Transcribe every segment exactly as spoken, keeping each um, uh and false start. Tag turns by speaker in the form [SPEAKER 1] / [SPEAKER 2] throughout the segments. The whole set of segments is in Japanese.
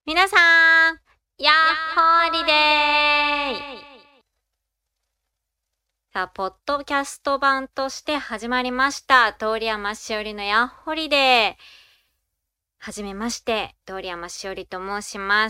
[SPEAKER 1] 皆さん、やっほーリデーさあ、ポッドキャスト版として始まりました。通山しおりのやっほリデー。はじめまして、通山しおりと申します。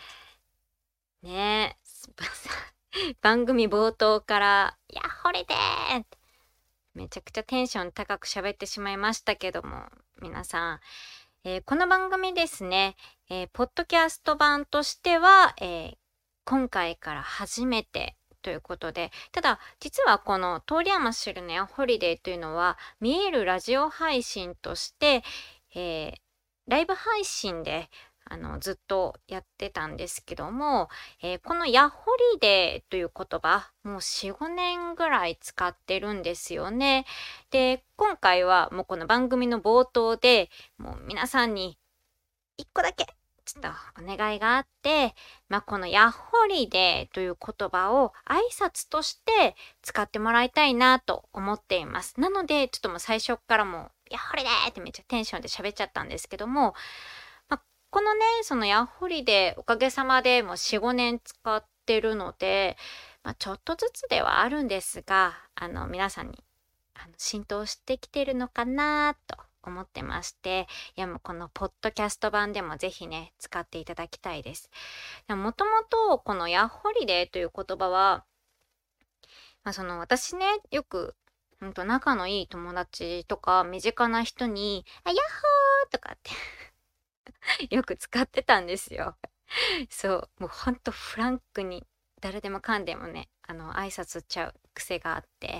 [SPEAKER 1] ねえ、番組冒頭から、やっほリデーってめちゃくちゃテンション高く喋ってしまいましたけども、皆さん、えーこの番組ですね、えーポッドキャスト版としては、えー今回から初めてということで、ただ実はこの通山しおりのやホリデーというのは見えるラジオ配信として、えーライブ配信であのずっとやってたんですけども、えーこのやホリデーという言葉もう よん、ごねんぐらい使ってるんですよね。で、今回はもうこの番組の冒頭でもう皆さんに一個だけちょっとお願いがあって、まあ、このやっほりでという言葉を挨拶として使ってもらいたいなと思っています。なので、ちょっともう最初からもう、やっほりでってめっちゃテンションで喋っちゃったんですけども、まあ、このね、そのやっほりでおかげさまでもうよん、ごねん使ってるので、まあ、ちょっとずつではあるんですが、あの、皆さんにあの浸透してきてるのかなと思ってまして、いやもうこのポッドキャスト版でもぜひね、使っていただきたいです。もともとこのやっほりでという言葉は、まあ、その私ね、よくほんと仲のいい友達とか身近な人に、あ、ヤッホーとかってよく使ってたんですよ。そう、もうほんとフランクに誰でもかんでもね、あの挨拶しちゃう癖があって、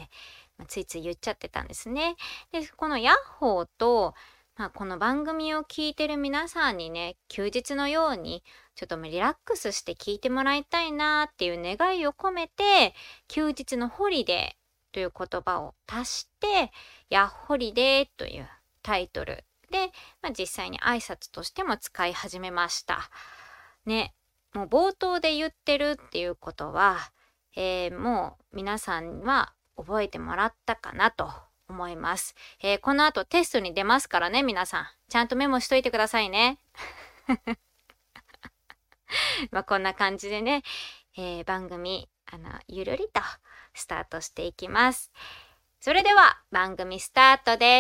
[SPEAKER 1] まあ、ついつい言っちゃってたんですね。で、このヤッホーと、まあ、この番組を聞いてる皆さんにね、休日のようにちょっとリラックスして聞いてもらいたいなっていう願いを込めて、休日のホリデーという言葉を足して、ヤッホリデーというタイトルで、まあ、実際に挨拶としても使い始めました。ね、もう冒頭で言ってるっていうことは、えーもう皆さんは覚えてもらったかなと思います。えーこの後テストに出ますからね、皆さん。ちゃんとメモしといてくださいね。まあこんな感じでね、えー番組、あの、ゆるりとスタートしていきます。それでは番組スタートです。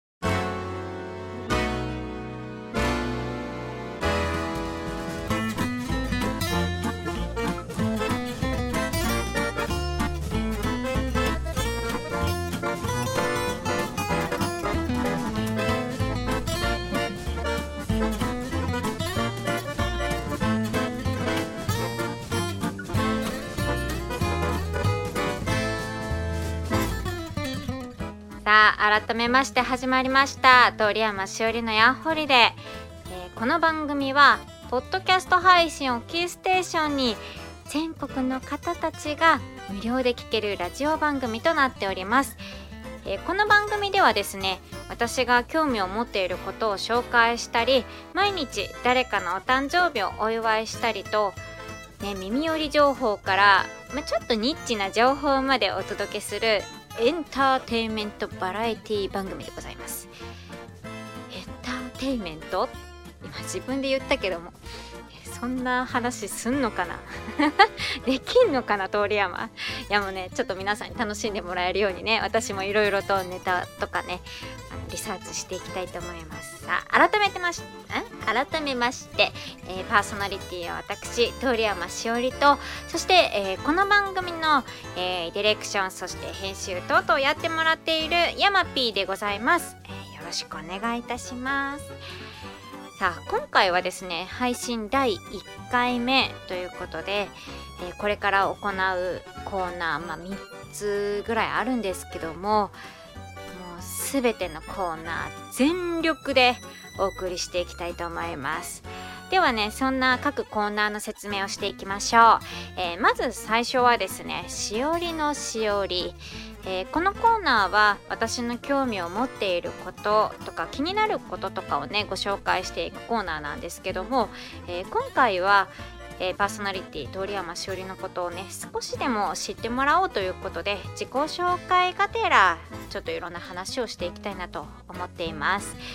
[SPEAKER 1] さあ、改めまして始まりました通山しおりのやっほりで、えーこの番組はポッドキャスト配信をキーステーションに全国の方たちが無料で聴けるラジオ番組となっております。えーこの番組ではですね、私が興味を持っていることを紹介したり、毎日誰かのお誕生日をお祝いしたりと、ね、耳寄り情報から、まあ、ちょっとニッチな情報までお届けするエンターテインメントバラエティ番組でございます。エンターテインメント今自分で言ったけども、えそんな話すんのかなできんのかな、通山。いやもうね、ちょっと皆さんに楽しんでもらえるようにね、私もいろいろとネタとかね、あのリサーチしていきたいと思います。さあ、改めてましん改めまして、えーパーソナリティは私通山しおりと、そして、えーこの番組の、えーディレクション、そして編集等々やってもらっているヤマピーでございます。えーよろしくお願いいたします。さあ、今回はですね、配信だいいっかいめということで、えーこれから行うコーナー、まあ、みっつぐらいあるんですけども、もうすべてのコーナー全力でお送りしていきたいと思います。ではね、そんな各コーナーの説明をしていきましょう。えーまず最初はですね、しおりのしおり。えーこのコーナーは私の興味を持っていることとか気になることとかをね、ご紹介していくコーナーなんですけども、えー今回は、えーパーソナリティ通山しおりのことをね、少しでも知ってもらおうということで、自己紹介がてらちょっといろんな話をしていきたいなと思っています。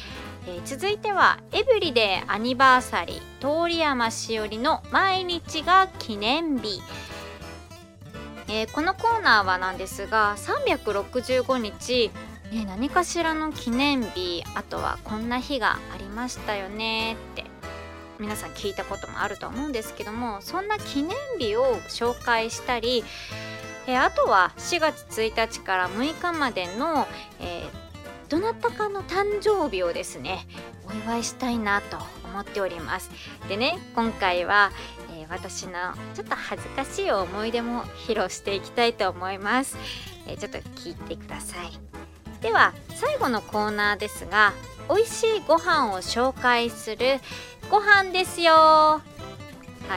[SPEAKER 1] えー、続いてはエブリデイアニバーサリー通山しおりの毎日が記念日。えー、このコーナーはなんですがさんびゃくろくじゅうごにち、ね、何かしらの記念日、あとはこんな日がありましたよねって皆さん聞いたこともあると思うんですけども、そんな記念日を紹介したり、えー、あとはしがつついたちからむいかまでの、えー、どなたかの誕生日をですねお祝いしたいなと思っております。でね、今回は、えー、私のちょっと恥ずかしい思い出も披露していきたいと思います。えー、ちょっと聞いてください。では最後のコーナーですが、美味しいご飯を紹介するご飯ですよ。はい、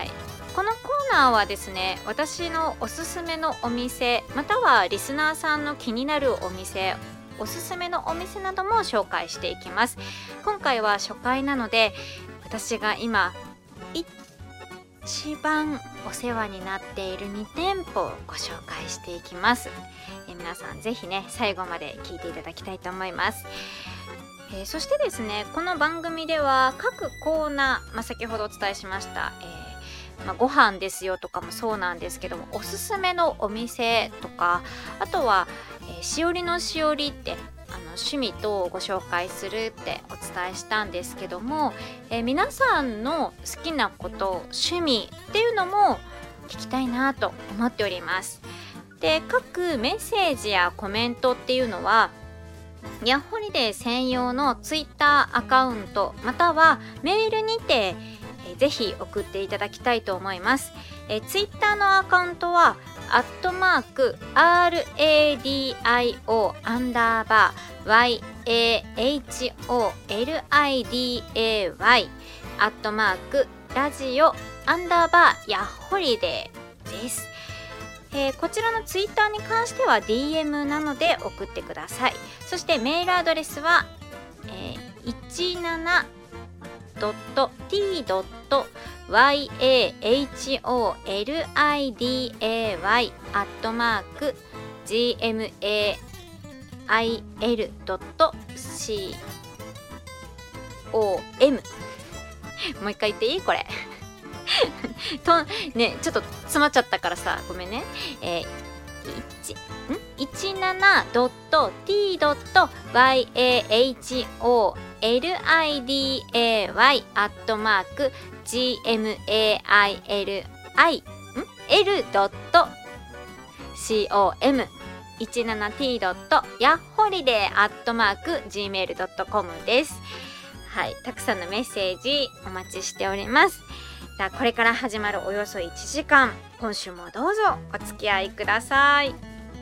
[SPEAKER 1] このコーナーはですね、私のおすすめのお店、またはリスナーさんの気になるお店、おすすめのお店なども紹介していきます。今回は初回なので、私が今一番お世話になっているにてんぽをご紹介していきます。え皆さんぜひね最後まで聞いていただきたいと思います。えー、そしてですね、この番組では各コーナー、まあ、先ほどお伝えしました、えーまあ、ご飯ですよとかもそうなんですけども、おすすめのお店とか、あとは、えー、しおりのしおりってあの趣味等をご紹介するってお伝えしたんですけども、えー、皆さんの好きなこと、趣味っていうのも聞きたいなと思っております。で、各メッセージやコメントっていうのはヤッホリデー専用のツイッターアカウントまたはメールにて、えー、ぜひ送っていただきたいと思います。えー、ツイッターのアカウントはアットマーク アールエーディーアイオー アンダーバー ワイエーエイチオーエルアイディーエーワイ アットマークラジオアンダーバーヤッホリデーです。えー、こちらのツイッターに関しては ディーエム なので送ってください。そしてメールアドレスは、えー、いちななドットティードットワイエーエイチオーエルアイディーエーワイ アットマーク ジーエムエーアイエルドットシーオーエム もう一回言っていいこれとね、ちょっと詰まっちゃったからさごめんね。えー、いちななドットティードットワイエーエイチオーエルアイディーエーワイ アットマーク ジーエムエーアイエルアイ エルドット シーオーエム いちななティードットヤッホリデー アットマーク ジーメールドットコム です。はい、たくさんのメッセージお待ちしております。これから始まるおよそいちじかん、今週もどうぞお付き合いください。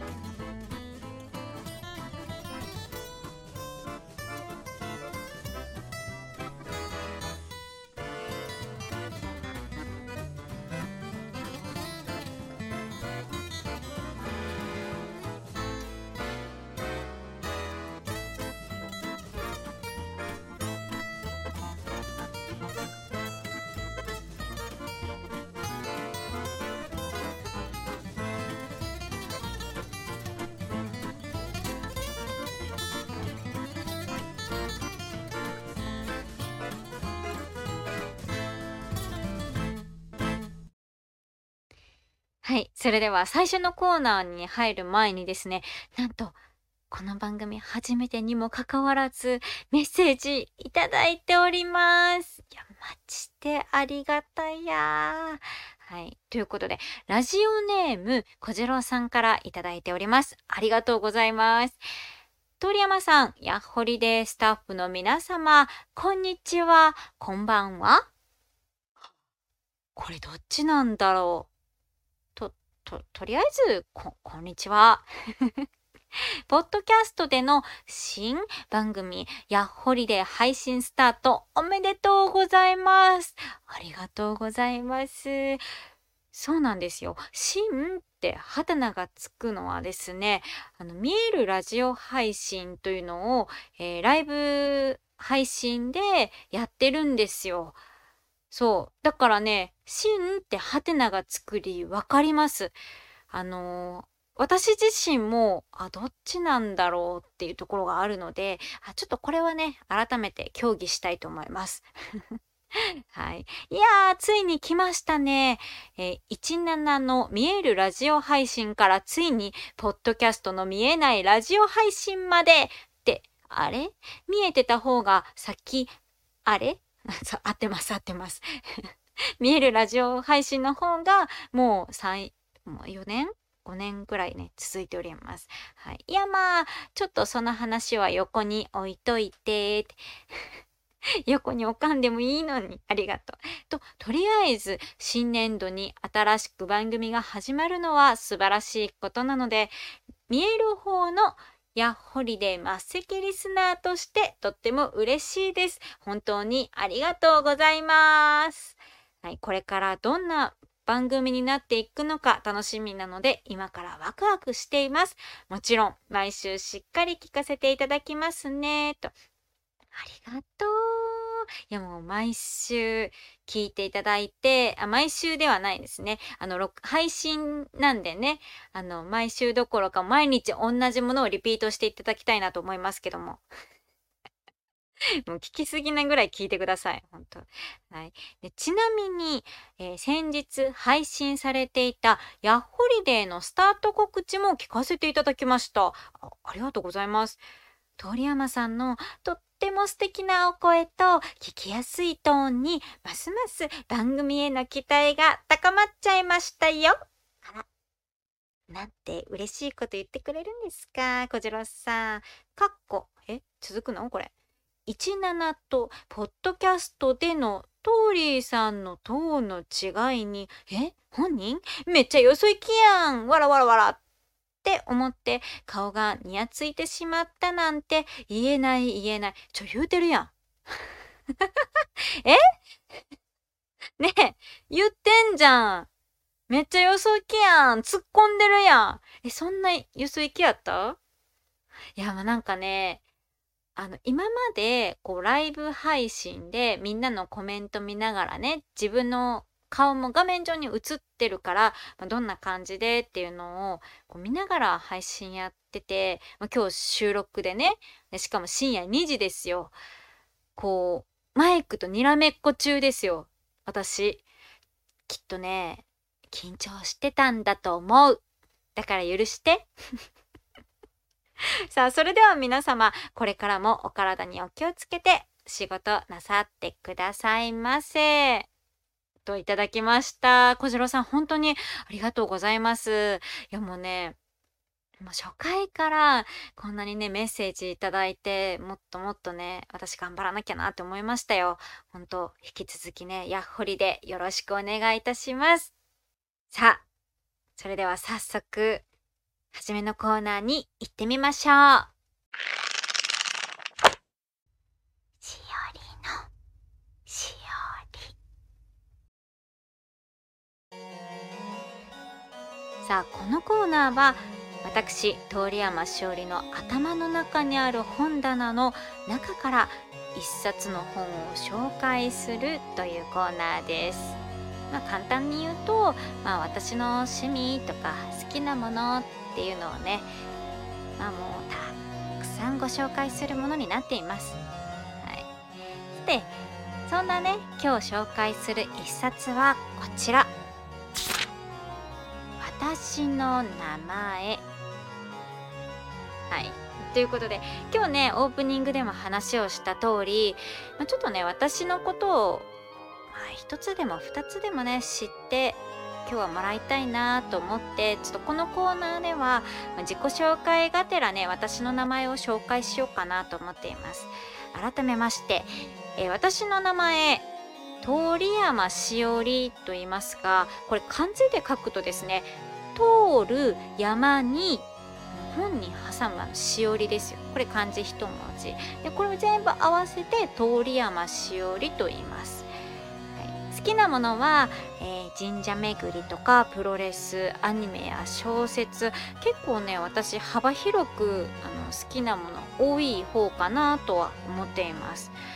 [SPEAKER 1] はい、それでは最初のコーナーに入る前にですね、なんとこの番組初めてにもかかわらずメッセージいただいております。いや、マジでありがたいや。はい、ということでラジオネーム小次郎さんからいただいております。ありがとうございます。鳥山さん、ヤッホリデースタッフの皆様、こんにちは、こんばんは。これどっちなんだろう。と, とりあえず こ, こんにちはポッドキャストでの新番組ヤッホリデー配信スタートおめでとうございます。ありがとうございます。そうなんですよ。新ってハテナがつくのはですね、あの見えるラジオ配信というのを、えー、ライブ配信でやってるんですよ。そうだからね、シンってハテナがつく理由わかります。あの私自身も、あ、どっちなんだろうっていうところがあるので、あ、ちょっとこれはね、改めて協議したいと思います。はい。いやー、ついに来ましたね。えー、じゅうななの見えるラジオ配信からついに、ポッドキャストの見えないラジオ配信までって、あれ見えてた方が先、あれそう、合ってます、合ってます。見えるラジオ配信の方が、もうさん、もうよねんごねんくらいね、続いております。はい。いや、まあ、ちょっとその話は横に置いといて、横に置かんでもいいのに、ありがとう。と、とりあえず、新年度に新しく番組が始まるのは素晴らしいことなので、見える方のヤッホリデー末席リスナーとしてとっても嬉しいです。本当にありがとうございます。はい、これからどんな番組になっていくのか楽しみなので、今からワクワクしています。もちろん、毎週しっかり聞かせていただきますね。と。ありがとう。いやもう毎週聞いていただいて、あ、毎週ではないですね。あの、録配信なんでね、あの、毎週どころか毎日同じものをリピートしていただきたいなと思いますけども。もう聞きすぎないぐらい聞いてください。本当。はい。で、ちなみに、えー先日配信されていたヤッホリデーのスタート告知も聞かせていただきました。あ、ありがとうございます。通山さんのとっても素敵なお声と聞きやすいトーンにますます番組への期待が高まっちゃいましたよ。あら、なんて嬉しいこと言ってくれるんですか、小次郎さん。かっこ、え、続くのこれ。じゅうななとポッドキャストでのトーリーさんのトーンの違いに、え、本人めっちゃよそ行きやん、わらわらわらって思って顔がにやついてしまったなんて言えない言えない。ちょ、言うてるやん。えねえ、言ってんじゃん。めっちゃよそ行きやん。突っ込んでるやん。え、そんなよそ行きやった？いや、まあなんかね、あの、今まで、こう、ライブ配信でみんなのコメント見ながらね、自分の顔も画面上に映ってるから、まあ、どんな感じでっていうのをこう見ながら配信やってて、まあ、今日収録でね、でしかも深夜にじですよ。こう、マイクとにらめっこ中ですよ。私。きっとね、緊張してたんだと思う。だから許して。さあ、それでは皆様、これからもお体にお気をつけて仕事なさってくださいませ。といただきました。小次郎さん、本当にありがとうございます。いやもうね、もう初回からこんなにね、メッセージいただいて、もっともっとね、私頑張らなきゃなって思いましたよ。本当引き続きね、ヤッホリでよろしくお願いいたします。さあ、それでは早速、初めのコーナーに行ってみましょう。しおりのしおり。さあ、このコーナーは私通山しおりの頭の中にある本棚の中から一冊の本を紹介するというコーナーです。まあ、簡単に言うと、まあ、私の趣味とか好きなものっていうのをね、まあ、もうたくさんご紹介するものになっています。はい、でそんなね、今日紹介する一冊はこちら。私の名前。はい。ということで、今日ね、オープニングでも話をした通り、まあ、ちょっとね、私のことを、まあ、一つでも二つでもね、知って今日はもらいたいなと思って、ちょっとこのコーナーでは、まあ、自己紹介がてらね、私の名前を紹介しようかなと思っています。改めまして、えー、私の名前、通山しおりと言いますが、これ漢字で書くとですね、通る山に本に挟むあのしおりですよ。これ漢字一文字で、これを全部合わせて通山しおりと言います。はい、好きなものは、えー、神社巡りとかプロレス、アニメや小説、結構ね、私幅広くあの好きなもの多い方かなとは思っています。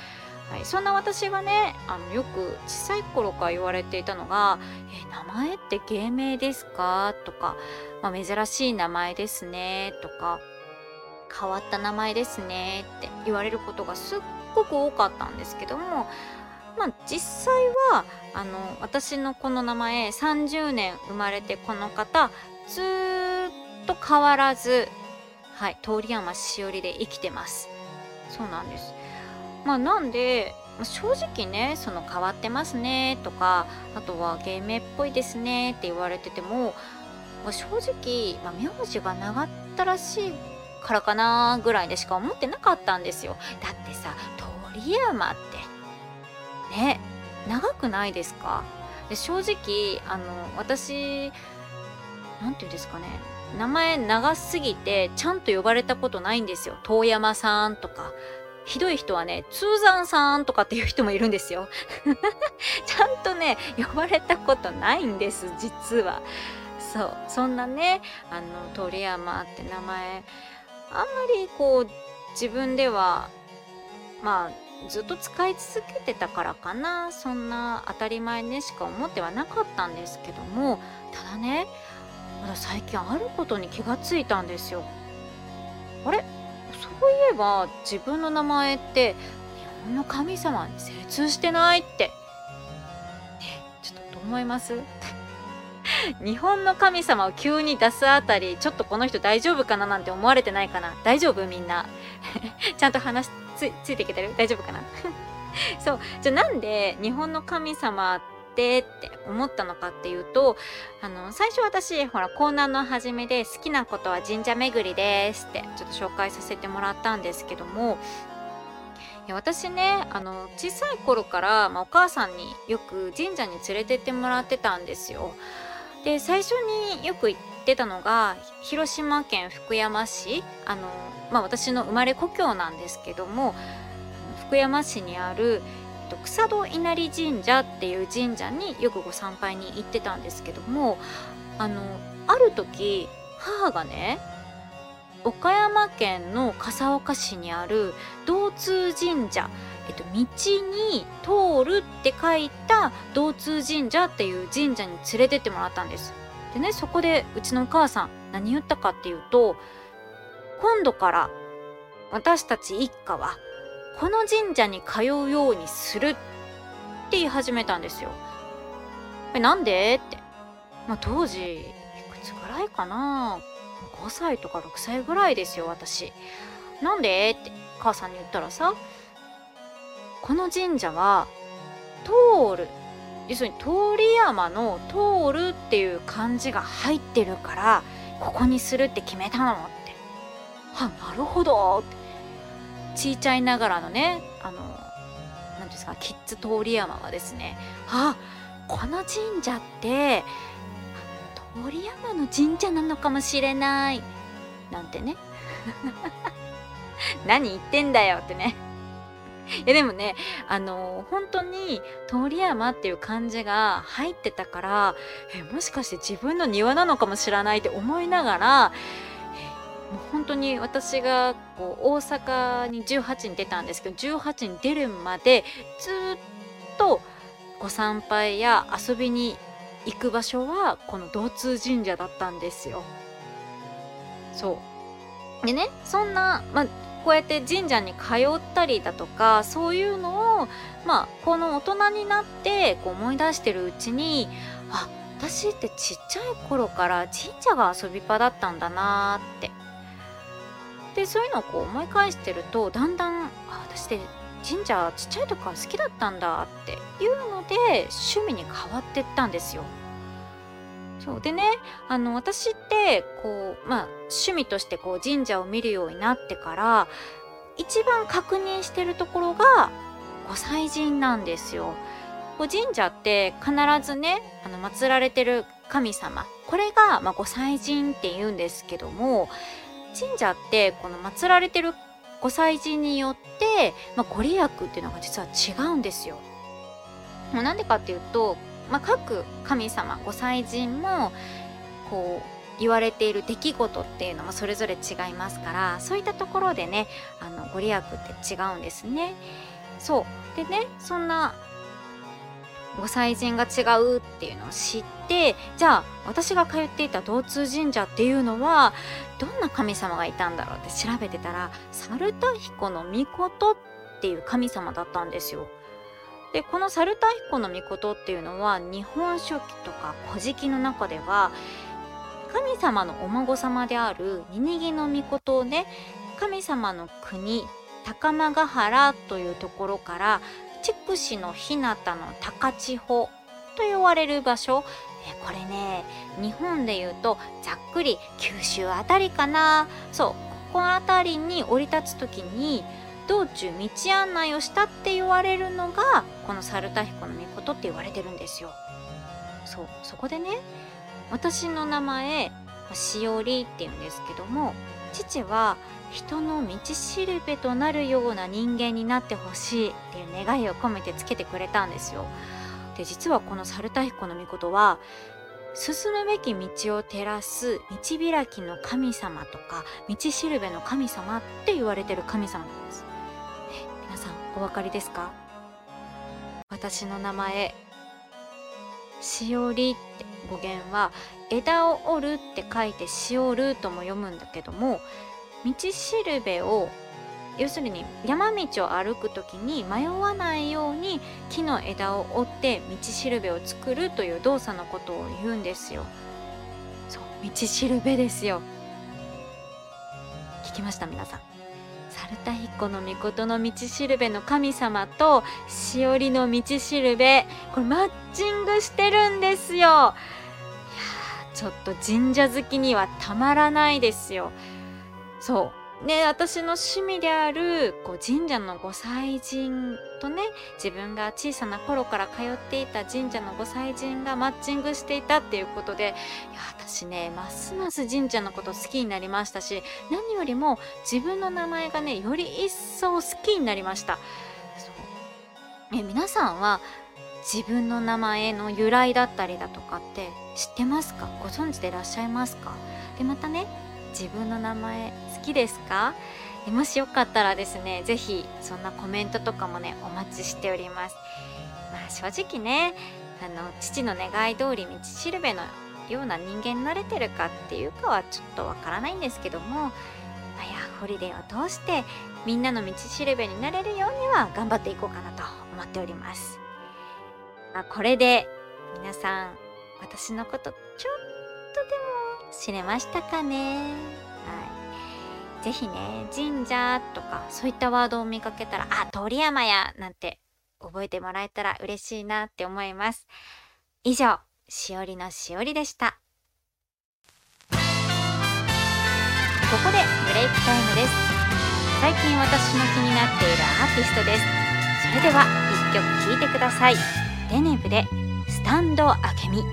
[SPEAKER 1] はい、そんな私がねあのよく小さい頃から言われていたのが「え名前って芸名ですか?」とか、まあ、珍しい名前ですねとか変わった名前ですねって言われることがすっごく多かったんですけども、まあ実際はあの私のこの名前さんじゅうねん生まれてこの方ずーっと変わらず、はい、通山しおりで生きてます。そうなんです。まあなんで正直ねその変わってますねとかあとは芸名っぽいですねって言われてても、まあ、正直、まあ、名字が長ったらしいからかなぐらいでしか思ってなかったんですよ。だってさ鳥山ってね長くないですか？で正直あの私なんていうんですかね名前長すぎてちゃんと呼ばれたことないんですよ。遠山さんとかひどい人はね通山さんとかっていう人もいるんですよちゃんとね呼ばれたことないんです実は。そうそんなねあの鳥山って名前あんまりこう自分ではまあずっと使い続けてたからかなそんな当たり前ねしか思ってはなかったんですけども、ただねまだ最近あることに気がついたんですよ。あれそういえば自分の名前って日本の神様に精通してないって、ね、ちょっとどう思います日本の神様を急に出すあたりちょっとこの人大丈夫かななんて思われてないかな。大丈夫みんなちゃんと話つ, ついていけてる大丈夫かなそうじゃあなんで日本の神様ってって思ったのかっていうと、あの最初私ほらコーナーの初めで好きなことは神社巡りですってちょっと紹介させてもらったんですけども、いや私ねあの小さい頃から、まあ、お母さんによく神社に連れてってもらってたんですよ。で最初によく行ってたのが広島県福山市あの、まあ、私の生まれ故郷なんですけども福山市にある草戸稲荷神社っていう神社によくご参拝に行ってたんですけども、あのある時母がね岡山県の笠岡市にある道通神社、えっと、道に通るって書いた道通神社っていう神社に連れてってもらったんです。でねそこでうちのお母さん何言ったかっていうと、今度から私たち一家はこの神社に通うようにするって言い始めたんですよ。えなんでって、まあ、当時いくつぐらいかなごさいとかろくさいぐらいですよ私。なんでって母さんに言ったらさ、この神社は通る要するに通り山の通るっていう漢字が入ってるからここにするって決めたのって。はなるほどってちいちゃいながらのねあの何ですかキッズ通り山はですね、あこの神社って通り山の神社なのかもしれないなんてね何言ってんだよってねいやでもねあの本当に通り山っていう漢字が入ってたからえもしかして自分の庭なのかもしれないって思いながら、もう本当に私がこう大阪にじゅうはちに出たんですけどじゅうはちに出るまでずっとご参拝や遊びに行く場所はこの道通神社だったんですよ。そうでねそんな、まあ、こうやって神社に通ったりだとかそういうのをまあこの大人になってこう思い出してるうちに、あ私ってちっちゃい頃から神社が遊び場だったんだなーって。でそういうのをこう思い返してるとだんだんあ私って神社ちっちゃい時から好きだったんだっていうので趣味に変わってったんですよ。そうでねあの私ってこうまあ趣味としてこう神社を見るようになってから一番確認してるところが御祭神なんですよ。こう神社って必ずねあの祀られてる神様これが、まあ、御祭神って言うんですけども、神社ってこの祀られてる御祭神によって、まあ、ご利益っていうのが実は違うんですよ。もうなんでかっていうと、まあ、各神様御祭神もこう言われている出来事っていうのもそれぞれ違いますから、そういったところでねあのご利益って違うんですね。 そうでね、そんなご祭神が違うっていうのを知って、じゃあ私が通っていた道通神社っていうのはどんな神様がいたんだろうって調べてたら、猿田彦の命っていう神様だったんですよ。でこの猿田彦の命っていうのは日本書紀とか古事記の中では神様のお孫様であるニニギの命をね、神様の国高間ヶ原というところから筑紫の日向の高千穂と言われる場所、えこれね、日本でいうとざっくり九州あたりかな。そう、ここあたりに降り立つ時に道中道案内をしたって言われるのがこの猿田彦の命って言われてるんですよ。そう、そこでね、私の名前しおりって言うんですけども、父は人の道しるべとなるような人間になってほしいっていう願いを込めてつけてくれたんですよ。で実はこの猿田彦の命は進むべき道を照らす道開きの神様とか道しるべの神様って言われてる神様なんです。え皆さんお分かりですか？私の名前しおりって語源は枝を折るって書いてしおるとも読むんだけども、道しるべを要するに山道を歩くときに迷わないように木の枝を折って道しるべを作るという動作のことを言うんですよ。そう、道しるべですよ。聞きました皆さん？猿田彦の命の道しるべの神様としおりの道しるべ、これマッチングしてるんですよ。いやー、ちょっと神社好きにはたまらないですよ。そうね、私の趣味であるこう神社のご祭神とね、自分が小さな頃から通っていた神社のご祭神がマッチングしていたっていうことで、いや私ね、ますます神社のこと好きになりましたし、何よりも自分の名前がね、より一層好きになりました。そうえ皆さんは自分の名前の由来だったりだとかって知ってますか？ご存知でいらっしゃいますか？でまたね、自分の名前好きですか？もしよかったらですね、ぜひそんなコメントとかもねお待ちしております。まあ正直ね、あの父の願い通り道しるべのような人間になれてるかっていうかはちょっとわからないんですけども、まあ、ヤーホリデーを通してみんなの道しるべになれるようには頑張っていこうかなと思っております。まあ、これで皆さん私のことちょっとでも知れましたかね？はい。ぜひね、神社とかそういったワードを見かけたら、あ、通山やなんて覚えてもらえたら嬉しいなって思います。以上、しおりのしおりでした。ここでブレイクタイムです。最近私の気になっているアーティストです。それではいっきょく聴いてください。デネブでスタンドアケミ。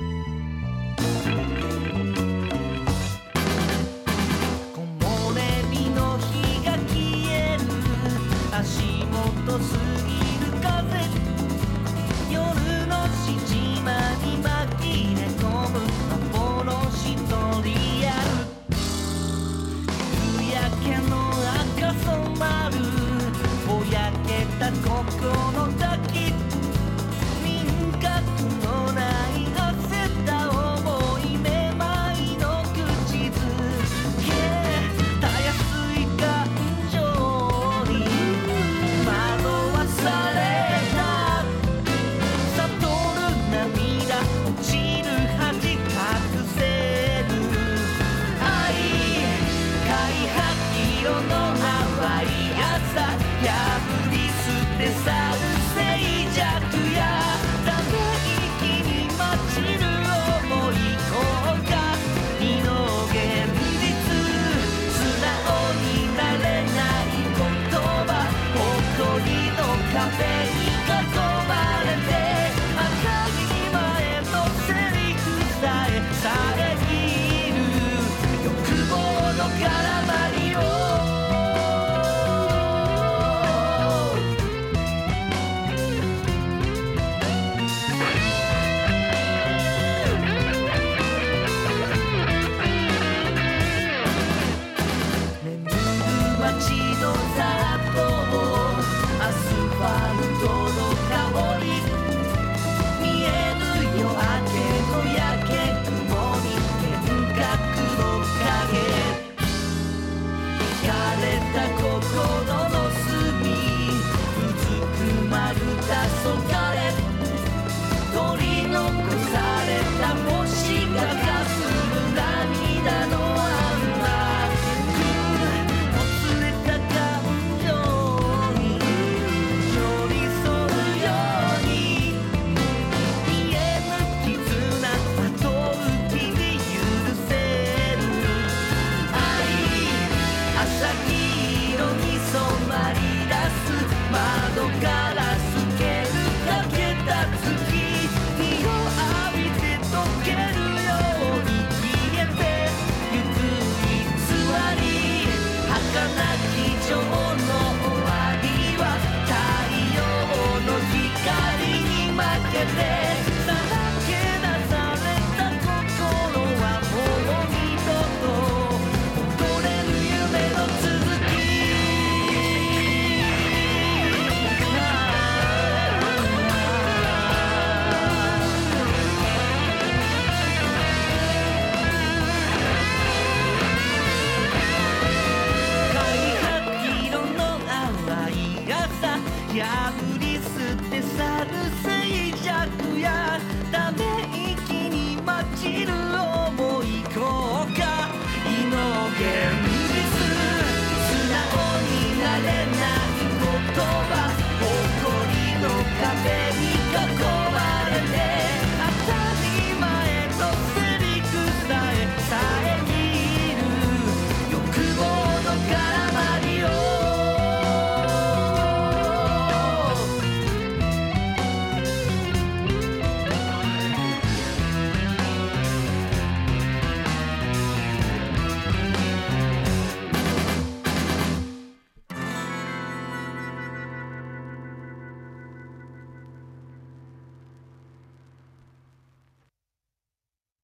[SPEAKER 2] 足元すぎる風、夜のしじまに紛れ込む幻とリアル、夕焼けの赤染まるぼやけた心抱き、輪郭のない汗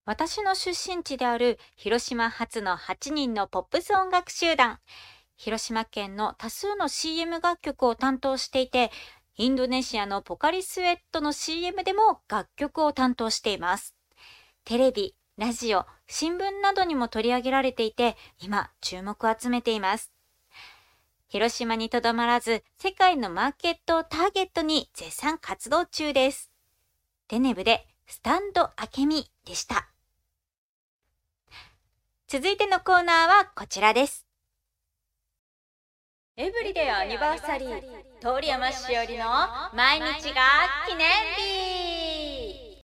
[SPEAKER 1] 私の出身地である広島発のはちにんのポップス音楽集団、広島県の多数の シーエム 楽曲を担当していて、インドネシアのポカリスエットの シーエム でも楽曲を担当しています。テレビ、ラジオ、新聞などにも取り上げられていて、今注目を集めています。広島にとどまらず、世界のマーケットをターゲットに絶賛活動中です。テネブでスタンドアケミでした。続いてのコーナーはこちらです。エブリデイアニバーサリー、通山しおりの毎日が記念日。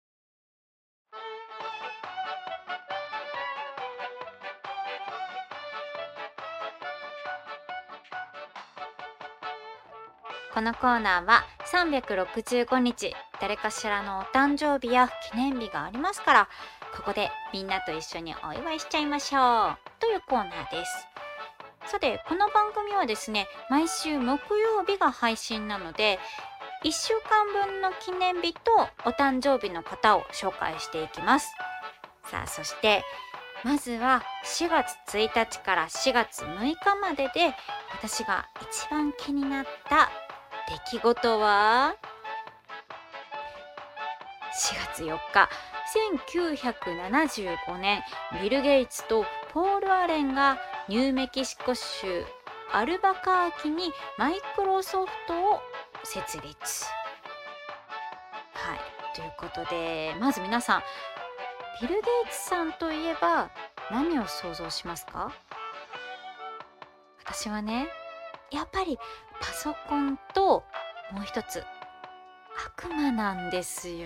[SPEAKER 1] このコーナーはさんびゃくろくじゅうごにち誰かしらのお誕生日や記念日がありますから、ここでみんなと一緒にお祝いしちゃいましょうというコーナーです。さて、この番組はですね、毎週木曜日が配信なので、いっしゅうかんぶんの記念日とお誕生日の方を紹介していきます。さあ、そしてまずはしがつついたちからしがつむいかまでで私が一番気になった出来事は、しがつよっか、せんきゅうひゃくななじゅうごねん、ビル・ゲイツとポール・アレンがニューメキシコ州アルバカーキにマイクロソフトを設立。はい、ということで、まず皆さん、ビル・ゲイツさんといえば何を想像しますか？私はね、やっぱりパソコンともう一つ悪魔なんですよ。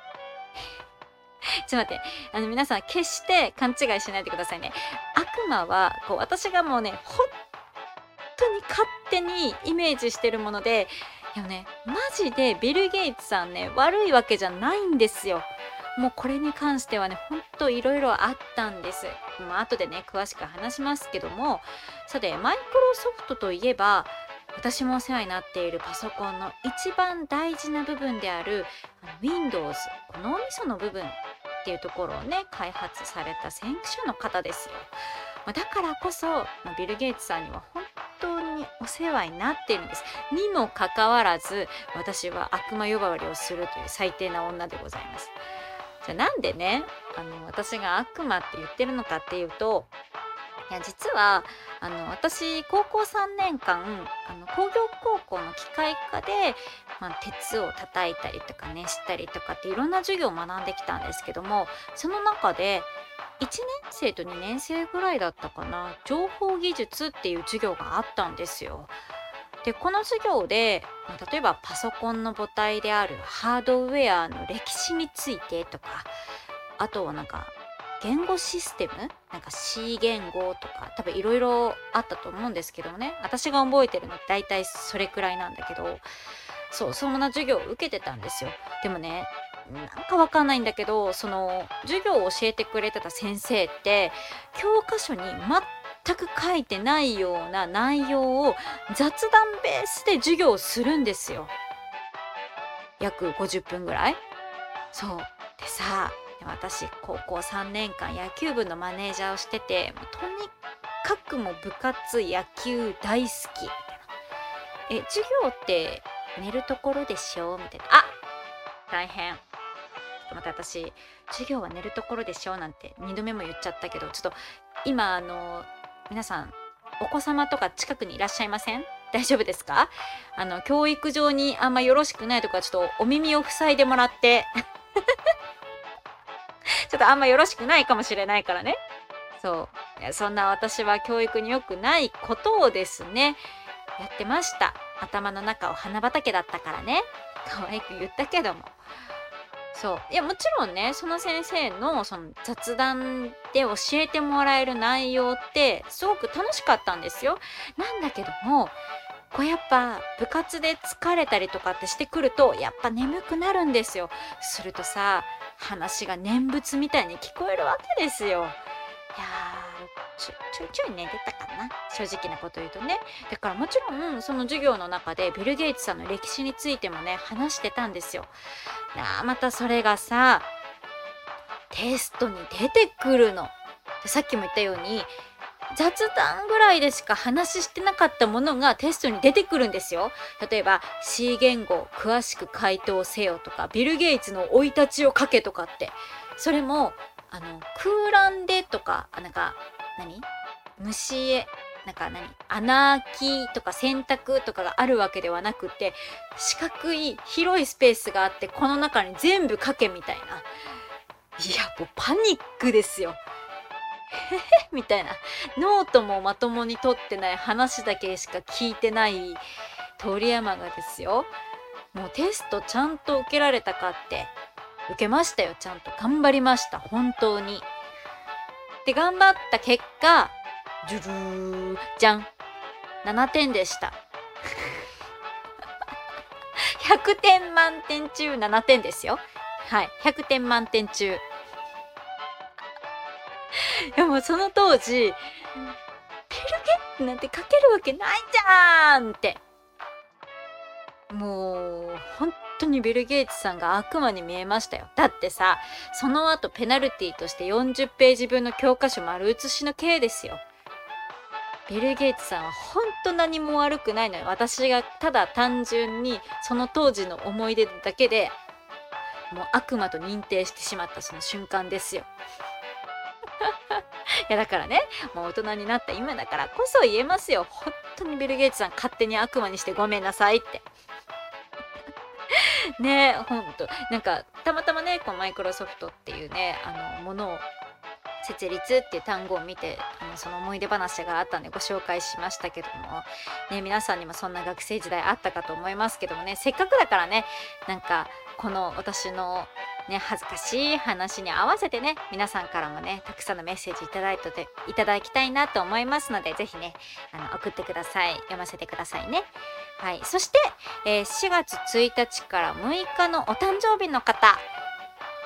[SPEAKER 1] ちょっと待って、あの皆さん決して勘違いしないでくださいね。悪魔はこう私がもうね、本当に勝手にイメージしてるもので、でもね、マジでビル・ゲイツさんね、悪いわけじゃないんですよ。もうこれに関してはね、ほんといろいろあったんです。まあ後でね、詳しく話しますけども、さて、マイクロソフトといえば、私もお世話になっているパソコンの一番大事な部分である Windows、脳みその部分っていうところをね、開発された先駆者の方ですよ。まあ、だからこそ、まあ、ビル・ゲイツさんには本当にお世話になっているんです。にもかかわらず、私は悪魔呼ばわりをするという最低な女でございます。じゃあなんでね、あの私が悪魔って言ってるのかっていうと、いや実はあの私高校さんねんかんあの工業高校の機械科で、まあ、鉄を叩いたりとかねしたりとかっていろんな授業を学んできたんですけども、その中でいちねんせいとにねんせいぐらいだったかな、情報技術っていう授業があったんですよ。でこの授業で例えばパソコンの母体であるハードウェアの歴史についてとか、あとはなんか言語システムなんか C 言語とか多分いろいろあったと思うんですけどもね、私が覚えてるのって大体それくらいなんだけど、そうそんな授業を受けてたんですよ。でもね、なんかわかんないんだけど、その授業を教えてくれてた先生って教科書に全く書いてないような内容を雑談ベースで授業をするんですよ。約ごじゅっぷんぐらい。そうでさ、私高校さんねんかん野球部のマネージャーをしてて、もうとにかくもう部活野球大好きみたいな。え授業って寝るところでしょみたいな。あ、大変。ちょっと待って、私授業は寝るところでしょなんてにどめも言っちゃったけど、ちょっと今あの皆さんお子様とか近くにいらっしゃいません？大丈夫ですか？あの教育上にあんまよろしくないとか、ちょっとお耳を塞いでもらってちょっとあんまよろしくないかもしれないからね。そう、いやそんな私は教育に良くないことをですねやってました。頭の中を花畑だったからね、可愛く言ったけども。そういやもちろんね、その先生のその雑談で教えてもらえる内容ってすごく楽しかったんですよ。なんだけども、こうやっぱ部活で疲れたりとかってしてくるとやっぱ眠くなるんですよ。するとさ、話が念仏みたいに聞こえるわけですよ。いやーちょちょいちょい寝てたかな、正直なこと言うとね。だからもちろんその授業の中でビル・ゲイツさんの歴史についてもね話してたんですよ。あまたそれがさ、 テストに出てくるの。でさっきも言ったように雑談ぐらいでしか話してなかったものがテストに出てくるんですよ。例えば C 言語を詳しく回答せよとか、ビル・ゲイツの生い立ちを書けとかって、それもあの空欄でとか、あなんか何虫へなんか何穴あきとか選択とかがあるわけではなくて、四角い広いスペースがあって、この中に全部書けみたいな。いやもうパニックですよみたいな。ノートもまともに取ってない、話だけしか聞いてない鳥山がですよ、もうテストちゃんと受けられたかって、受けましたよ。ちゃんと頑張りました、本当に。で頑張った結果、ジュルーじゃん、ななてんでしたひゃくてん満点中ななてんですよ。はい、ひゃくてん満点中。でもその当時、ビル・ゲッツなんて書けるわけないじゃんって、もう本当にビル・ゲイツさんが悪魔に見えましたよ。だってさ、その後ペナルティとしてよんじゅっページ分の教科書丸写しの刑ですよ。ビル・ゲイツさんは本当何も悪くないのよ。私がただ単純にその当時の思い出だけでもう悪魔と認定してしまったその瞬間ですよいやだからね、もう大人になった今だからこそ言えますよ。本当にビル・ゲイツさん勝手に悪魔にしてごめんなさいってね。ほんとなんかたまたまね、こうマイクロソフトっていうね、あのものを設立っていう単語を見て、あのその思い出話があったんでご紹介しましたけどもね、皆さんにもそんな学生時代あったかと思いますけどもね、せっかくだからね、なんかこの私のね恥ずかしい話に合わせてね、皆さんからもねたくさんのメッセージいただいていただきたいなと思いますので、ぜひねあの送ってください。読ませてくださいね。はい、そして、えー、しがつついたちからむいかのお誕生日の方、はい、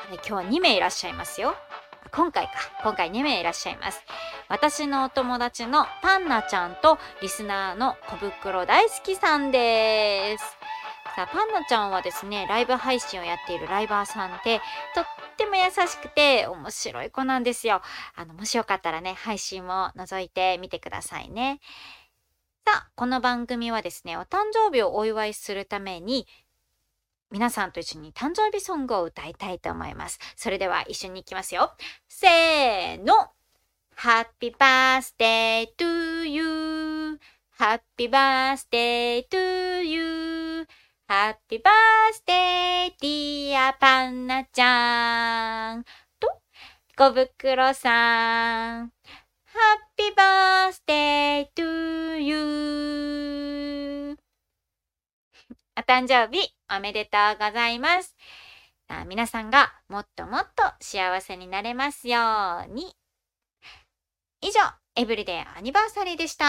[SPEAKER 1] 今日はにめいいらっしゃいますよ。今回か今回にめいいらっしゃいます。私のお友達のパンナちゃんとリスナーの小袋大好きさんです。さあパンナちゃんはですね、ライブ配信をやっているライバーさんで、とっても優しくて面白い子なんですよ。あのもしよかったらね、配信も覗いてみてくださいね。さあこの番組はですね、お誕生日をお祝いするために皆さんと一緒に誕生日ソングを歌いたいと思います。それでは一緒に行きますよ。せーの。Happy birthday to you. Happy birthday to you. Happy birthday dear パンナちゃん。と、小袋さん。Happy birthday to you. お誕生日おめでとうございます。さあ皆さんがもっともっと幸せになれますように。以上、エブリデイアニバーサリーでした。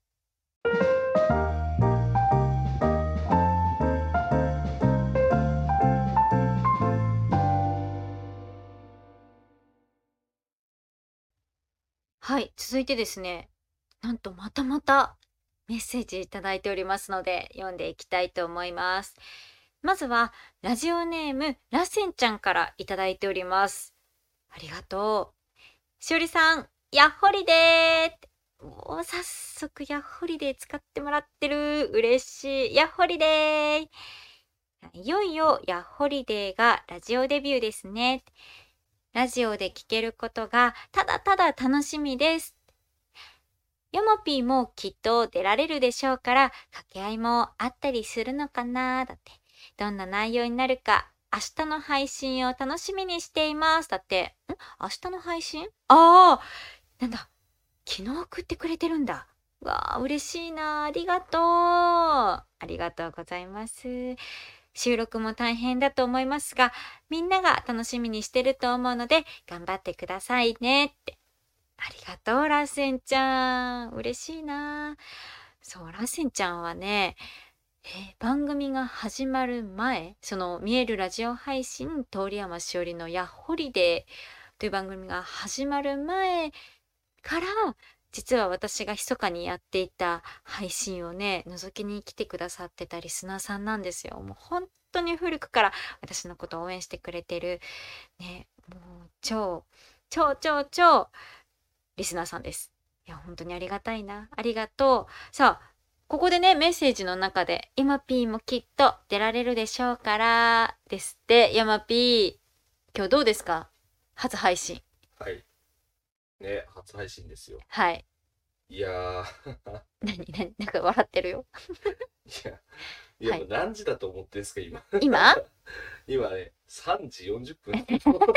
[SPEAKER 1] はい、続いてですね、なんとまたまたメッセージいただいておりますので読んでいきたいと思います。まずはラジオネームラッセンちゃんからいただいております。ありがとう。しおりさん、やっほりでー。おー、早速やっほりでー使ってもらってる。嬉しい。やっほりでー。いよいよやっほりでーがラジオデビューですね。ラジオで聞けることがただただ楽しみです。ヨモピーもきっと出られるでしょうから、掛け合いもあったりするのかな。だって、どんな内容になるか、明日の配信を楽しみにしています。だって、ん明日の配信ああ、なんだ、昨日送ってくれてるんだ。わあ、嬉しいな。ありがとう。ありがとうございます。収録も大変だと思いますが、みんなが楽しみにしてると思うので、頑張ってくださいねって。ありがとう、ラッセンちゃん。嬉しいな。そう、ラッセンちゃんはね、えー番組が始まる前、その見えるラジオ配信、通山しおりのやっほりでという番組が始まる前から、実は私が密かにやっていた配信をね、覗きに来てくださってたリスナーさんなんですよ。もう本当に古くから私のことを応援してくれてる、ね、 もう超超超超リスナーさんです。いや本当にありがたいな、ありがとう。さあここでねメッセージの中でヤマピーもきっと出られるでしょうからですって。ヤマピー今日どうですか、初配信。
[SPEAKER 3] はいね、初配信ですよ。
[SPEAKER 1] はい。
[SPEAKER 3] いやー
[SPEAKER 1] 何何なんか笑ってるよ
[SPEAKER 3] いやいや、
[SPEAKER 1] はい
[SPEAKER 3] もう何時だと思ってんすか今
[SPEAKER 1] 今
[SPEAKER 3] 今ねさんじよんじゅっぷん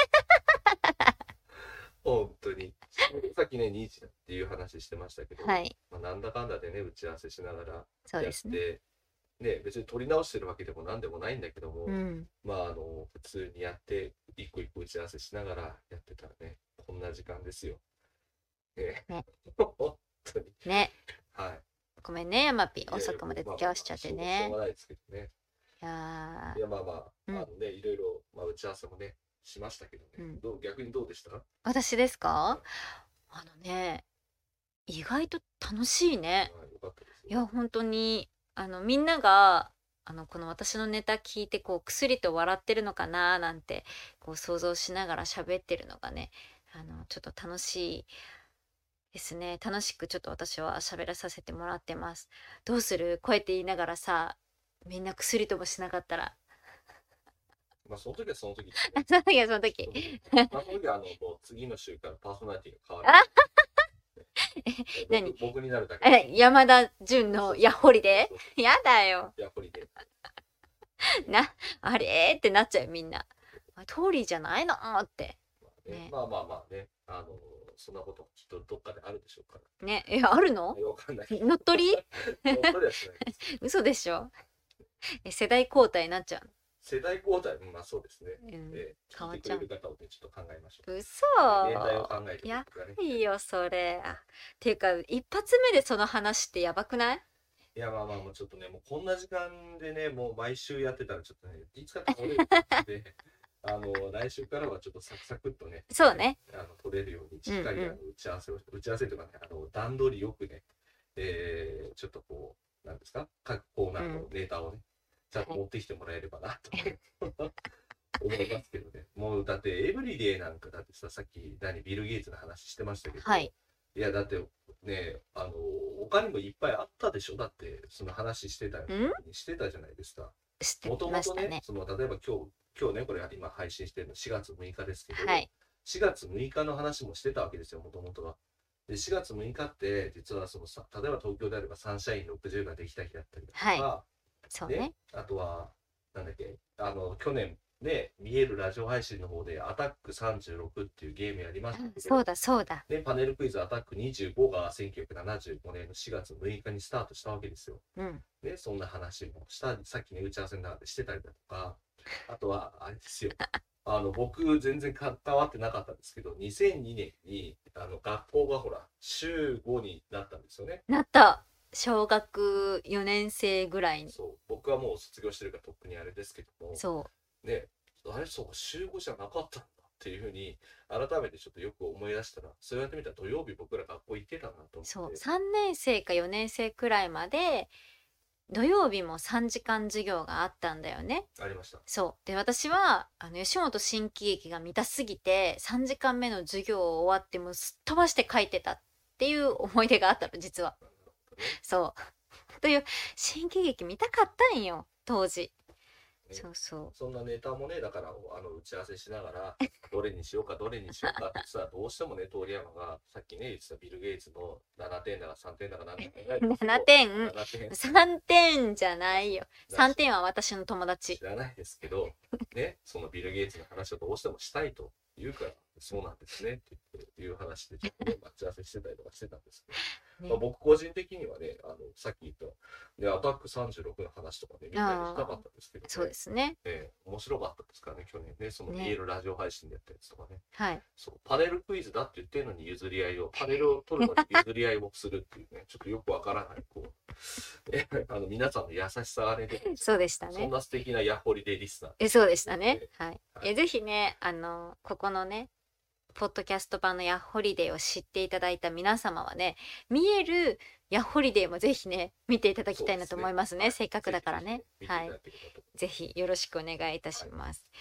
[SPEAKER 3] 本当にさっきねにじだっていう話してましたけど、
[SPEAKER 1] はい
[SPEAKER 3] まあ、なんだかんだでね打ち合わせしながら
[SPEAKER 1] そう
[SPEAKER 3] やって
[SPEAKER 1] ですね。
[SPEAKER 3] ね別に撮り直してるわけでもなんでもないんだけども、
[SPEAKER 1] うん
[SPEAKER 3] まああの普通にやって一個一個打ち合わせしながらやってたらねこんな時間ですよ。ね
[SPEAKER 1] ね
[SPEAKER 3] 本当に
[SPEAKER 1] ね、
[SPEAKER 3] はい
[SPEAKER 1] ごめんねヤマピー
[SPEAKER 3] いやいや
[SPEAKER 1] 遅くまで付き合わしちゃって
[SPEAKER 3] まあまあ
[SPEAKER 1] ね。
[SPEAKER 3] しょうがないですけどね。
[SPEAKER 1] いや
[SPEAKER 3] いやまあまあ、
[SPEAKER 1] うん
[SPEAKER 3] あのねいろいろ、まあ、打ち合わせもねしましたけどね、
[SPEAKER 1] うん
[SPEAKER 3] どう逆にどうでしたか？
[SPEAKER 1] 私ですか？あのね意外と楽しいね。
[SPEAKER 3] はい、よかったですよ。
[SPEAKER 1] いや本当にあのみんながあのこの私のネタ聞いてこうくすりと笑ってるのかななんてこう想像しながら喋ってるのがね、あのちょっと楽しいですね。楽しくちょっと私は喋らさせてもらってます。どうする、こうやって言いながらさみんなくすりともしなかったら
[SPEAKER 3] まあその時はその時です
[SPEAKER 1] あ
[SPEAKER 3] ね。
[SPEAKER 1] その時はその時
[SPEAKER 3] まあその時はあのもう次の週からパーソナリティが変わる。
[SPEAKER 1] あ
[SPEAKER 3] 僕
[SPEAKER 1] 何
[SPEAKER 3] 僕になるだけ。
[SPEAKER 1] え山田純のヤッホリでやだよ
[SPEAKER 3] やっぱりね。
[SPEAKER 1] な、あれーってなっちゃうみんな。あトーリーじゃないのって
[SPEAKER 3] まあね
[SPEAKER 1] ね
[SPEAKER 3] まあまあまあね、あのそんなこときっとどっかであるでしょうか
[SPEAKER 1] ね。えあるの
[SPEAKER 3] ら。わかんない。
[SPEAKER 1] 乗っ取り
[SPEAKER 3] 本当にはしないです。
[SPEAKER 1] 嘘でしょ。え世代交代になっちゃう
[SPEAKER 3] 世代交代、まあそうですね。
[SPEAKER 1] の、うん、
[SPEAKER 3] えー聞いて
[SPEAKER 1] 変わっちゃう
[SPEAKER 3] くれる方をねちょっと考えましょう。
[SPEAKER 1] 嘘
[SPEAKER 3] 年代を考えて
[SPEAKER 1] や
[SPEAKER 3] 僕がね
[SPEAKER 1] ばいよそれ。あっていうか一発目でその話ってやばくない？
[SPEAKER 3] いやまあまあもうちょっとねもうこんな時間でねもう毎週やってたらちょっとねいつか倒れるんであの来週からはちょっとサクサクっとね
[SPEAKER 1] そうね
[SPEAKER 3] あの取れるようにしっかり
[SPEAKER 1] うんうん
[SPEAKER 3] あの打ち合わせを打ち合わせというかねあの段取りよくね、えー、ちょっとこうなんですか各コーナーのネタをね、ちゃんと持ってきてもらえればなと思いますけどね。もうだってエブリデイなんかだってささっき何ビル・ゲイツの話してましたけど、
[SPEAKER 1] はい
[SPEAKER 3] いやだってねあの他にもいっぱいあったでしょ。だってその話してたよ
[SPEAKER 1] ん
[SPEAKER 3] してたじゃないですか。
[SPEAKER 1] 知って
[SPEAKER 3] もともとね
[SPEAKER 1] ましたね。
[SPEAKER 3] その例えば今日今日ねこれ今配信してるのしがつむいかですけど、
[SPEAKER 1] はい
[SPEAKER 3] しがつむいかの話もしてたわけですよもともとは。でしがつむいかって実はそのさ例えば東京であればサンシャインろくじゅうができた日だったりだとか、
[SPEAKER 1] はいそうね
[SPEAKER 3] ねあとはなんだっけあの去年ね見えるラジオ配信の方でアタックさんじゅうろくっていうゲームやりましたけど、
[SPEAKER 1] そうだそうだ
[SPEAKER 3] ね、パネルクイズアタックにじゅうごがせんきゅうひゃくななじゅうごねんのしがつむいかにスタートしたわけですよ。
[SPEAKER 1] うん
[SPEAKER 3] ね、そんな話もしたさっきね打ち合わせの中でしてたりだとか、あとはあれですよあの僕全然関わってなかったんですけどにせんにねんにあの学校がほら週ごになったんですよね。
[SPEAKER 1] なった小学よねん生ぐらいに。
[SPEAKER 3] そう僕はもう卒業してるからとっくにあれですけども
[SPEAKER 1] そう
[SPEAKER 3] ねあれそう週ごじゃなかったんだっていうふうに改めてちょっとよく思い出したらそうやってみたら土曜日僕ら学校行ってたなと思って
[SPEAKER 1] そうさんねん生かよねん生くらいまで土曜日もさんじかん授業があったんだよね。
[SPEAKER 3] ありました。
[SPEAKER 1] そうで私はあの吉本新喜劇が見たすぎてさんじかんめの授業終わってもうすっ飛ばして書いてたっていう思い出があったの実は。そうという新喜劇見たかったんよ当時。
[SPEAKER 3] ね
[SPEAKER 1] そうそう
[SPEAKER 3] そんなネタもねだからあの打ち合わせしながらどれにしようかどれにしようかってさどうしてもね通山がさっきね言ってたビル・ゲイツのななてんだかさんてんだかなんだか
[SPEAKER 1] ななてん
[SPEAKER 3] ななてん
[SPEAKER 1] さんてんじゃないよ。さんてんは私の友達
[SPEAKER 3] 知。らないですけどねそのビル・ゲイツの話をどうしてもしたいと言うからそうなんですねって言っていう話でちょっとね待ち合わせしてたりとかしてたんですけど、
[SPEAKER 1] ね
[SPEAKER 3] まあ、僕個人的にはねあのさっき言った、ね、アタックさんじゅうろくの話とかねみたいにしたかったんですけど、ね、
[SPEAKER 1] そうですね。
[SPEAKER 3] ね面白かったですからね去年ねその
[SPEAKER 1] ね
[SPEAKER 3] 見えるラジオ配信でやったやつとかね
[SPEAKER 1] はい。
[SPEAKER 3] そうパネルクイズだって言ってるのに譲り合いをパネルを取るのに譲り合いをするっていうねちょっとよくわからないこうえあの皆さんの優しさがね出てるんですよ
[SPEAKER 1] そうでしたね。
[SPEAKER 3] そんな素敵なヤッホリデイリスナー
[SPEAKER 1] えそうでしたね。はい。
[SPEAKER 3] はい
[SPEAKER 1] えぜひねあのここのねポッドキャスト版のヤッホリデーを知っていただいた皆様はね見えるヤッホリデーもぜひね見ていただきたいなと思いますね。
[SPEAKER 3] そうですね
[SPEAKER 1] せっかくだからね。
[SPEAKER 3] はい
[SPEAKER 1] はい。
[SPEAKER 3] ぜひぜひ見ていただければと
[SPEAKER 1] ぜひよろしくお願いいたします。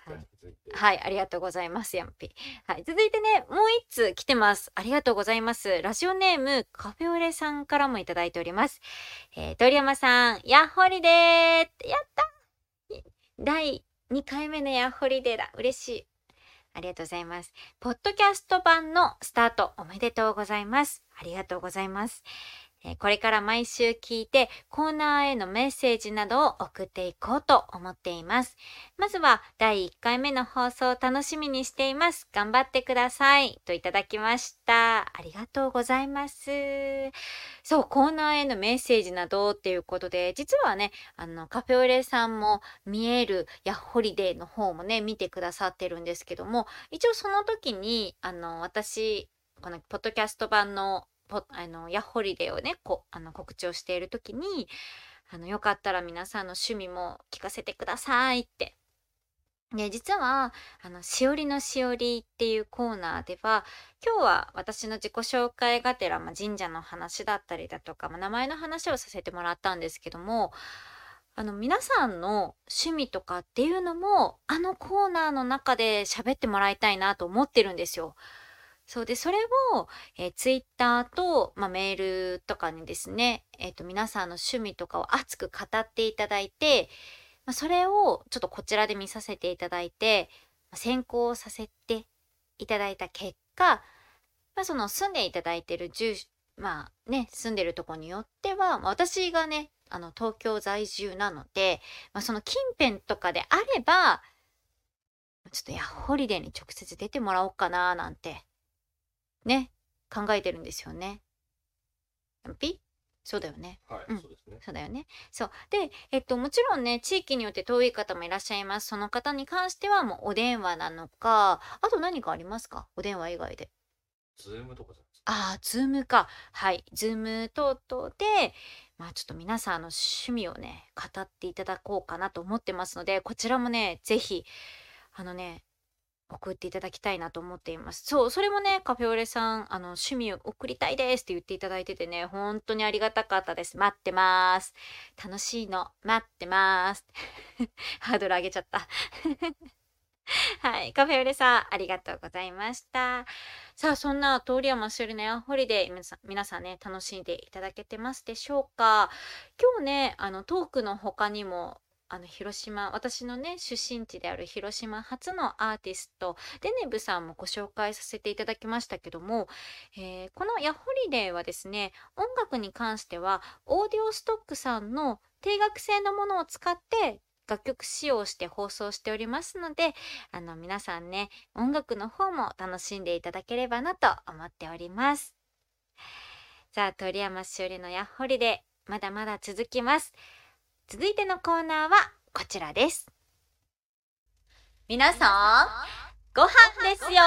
[SPEAKER 1] はい
[SPEAKER 3] じゃあ続いて
[SPEAKER 1] はい、ありがとうございます、ヤンピ。はい、続いてね、もう一通来てます。ありがとうございます。ラジオネーム、カフェオレさんからもいただいております。えー、鳥山さん、ヤッホリデーやっただいにかいめのヤッホリデーだ。嬉しい。ありがとうございます。ポッドキャスト版のスタートおめでとうございます。ありがとうございます。えーこれから毎週聞いてコーナーへのメッセージなどを送っていこうと思っています。まずはだいいっかいめの放送を楽しみにしています。頑張ってください。といただきました。ありがとうございます。そう、コーナーへのメッセージなどっていうことで、実はね、あの、カフェオレさんも見えるヤッホリデーの方もね、見てくださってるんですけども、一応その時に、あの、私、このポッドキャスト版のポあのヤッホリデーをねこあの告知をしている時にあのよかったら皆さんの趣味も聞かせてくださいって。で実はあのしおりのしおりっていうコーナーでは今日は私の自己紹介がてら、まあ、神社の話だったりだとか、まあ、名前の話をさせてもらったんですけども、あの皆さんの趣味とかっていうのもあのコーナーの中で喋ってもらいたいなと思ってるんですよ。そうで、それを、えー、ツイッターと、まあ、メールとかにですね、えっと、皆さんの趣味とかを熱く語っていただいて、まあ、それをちょっとこちらで見させていただいて、まあ、選考させていただいた結果、まあ、その住んでいただいている住所、まあね、住んでるとこによっては、まあ、私がね、あの、東京在住なので、まあ、その近辺とかであれば、ちょっとヤッホリデーに直接出てもらおうかななんて。ね、考えてるんですよね。ピそうだよね。
[SPEAKER 3] はい、
[SPEAKER 1] うん
[SPEAKER 3] そうですね。
[SPEAKER 1] そうだよね。そう。で、えっと、もちろんね、地域によって遠い方もいらっしゃいます。その方に関してはもうお電話なのか、あと何かありますか？お電話以外で。
[SPEAKER 3] ズームとかじゃないですか。
[SPEAKER 1] ああ、ズームか。はい。ズーム等々で、まあちょっと皆さんの趣味をね、語っていただこうかなと思ってますので、こちらもね、ぜひ、あのね、送っていただきたいなと思っています。そう、それもね、カフェオレさん、あの、趣味を送りたいですって言っていただいててね、本当にありがたかったです。待ってます。楽しいの。待ってます。ハードル上げちゃった。はい、カフェオレさん、ありがとうございました。さあ、そんな通山しおりのヤッホリデー、皆さん、皆さんね、楽しんでいただけてますでしょうか？今日ね、あの、トークの他にも、あの広島、私のね出身地である広島初のアーティストデネブさんもご紹介させていただきましたけども、えーこのヤッホリデーはですね、音楽に関してはオーディオストックさんの定額制のものを使って楽曲使用して放送しておりますので、あの皆さんね、音楽の方も楽しんでいただければなと思っております。さあ、鳥山しおりのヤッホリデー、まだまだ続きます。続いてのコーナーはこちらです。皆さん、ご飯ですよ。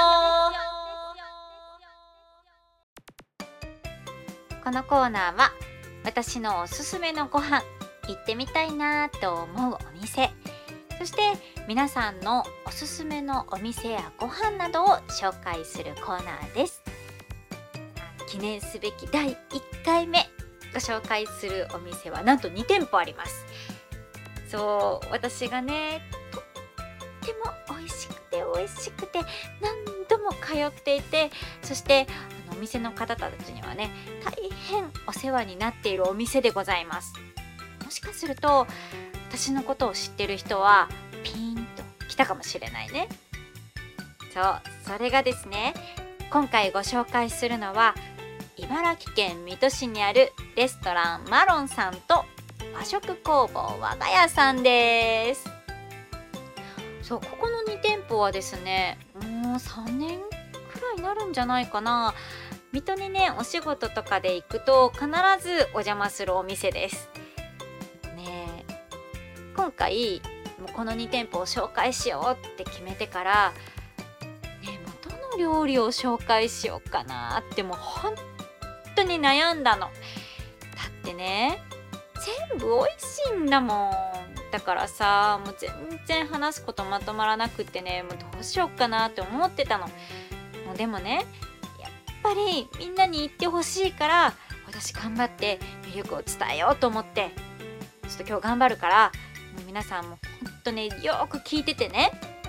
[SPEAKER 1] このコーナーは私のおすすめのご飯、行ってみたいなと思うお店、そして皆さんのおすすめのお店やご飯などを紹介するコーナーです。記念すべきだいいっかいめご紹介するお店はなんとにてんぽあります。そう、私がね、とっても美味しくて美味しくて何度も通っていて、そしてあのお店の方たちにはね、大変お世話になっているお店でございます。もしかすると私のことを知ってる人はピーンと来たかもしれないね。そう、それがですね、今回ご紹介するのは茨城県水戸市にあるレストランマロンさんと和食工房我が家さんです。そう、ここのに店舗はですね、もうさんねんくらいになるんじゃないかな。水戸にね、お仕事とかで行くと必ずお邪魔するお店ですね。今回もうこのに店舗を紹介しようって決めてから、ね、もうどの料理を紹介しようかなってもう本当に悩んだの。だってね、全部美味しいんだもん。だからさ、もう全然話すことまとまらなくってね、もうどうしようかなって思ってたの。もうでもね、やっぱりみんなに言ってほしいから、私頑張って魅力を伝えようと思って、ちょっと今日頑張るから、もう皆さんもほんとね、よーく聞いててね。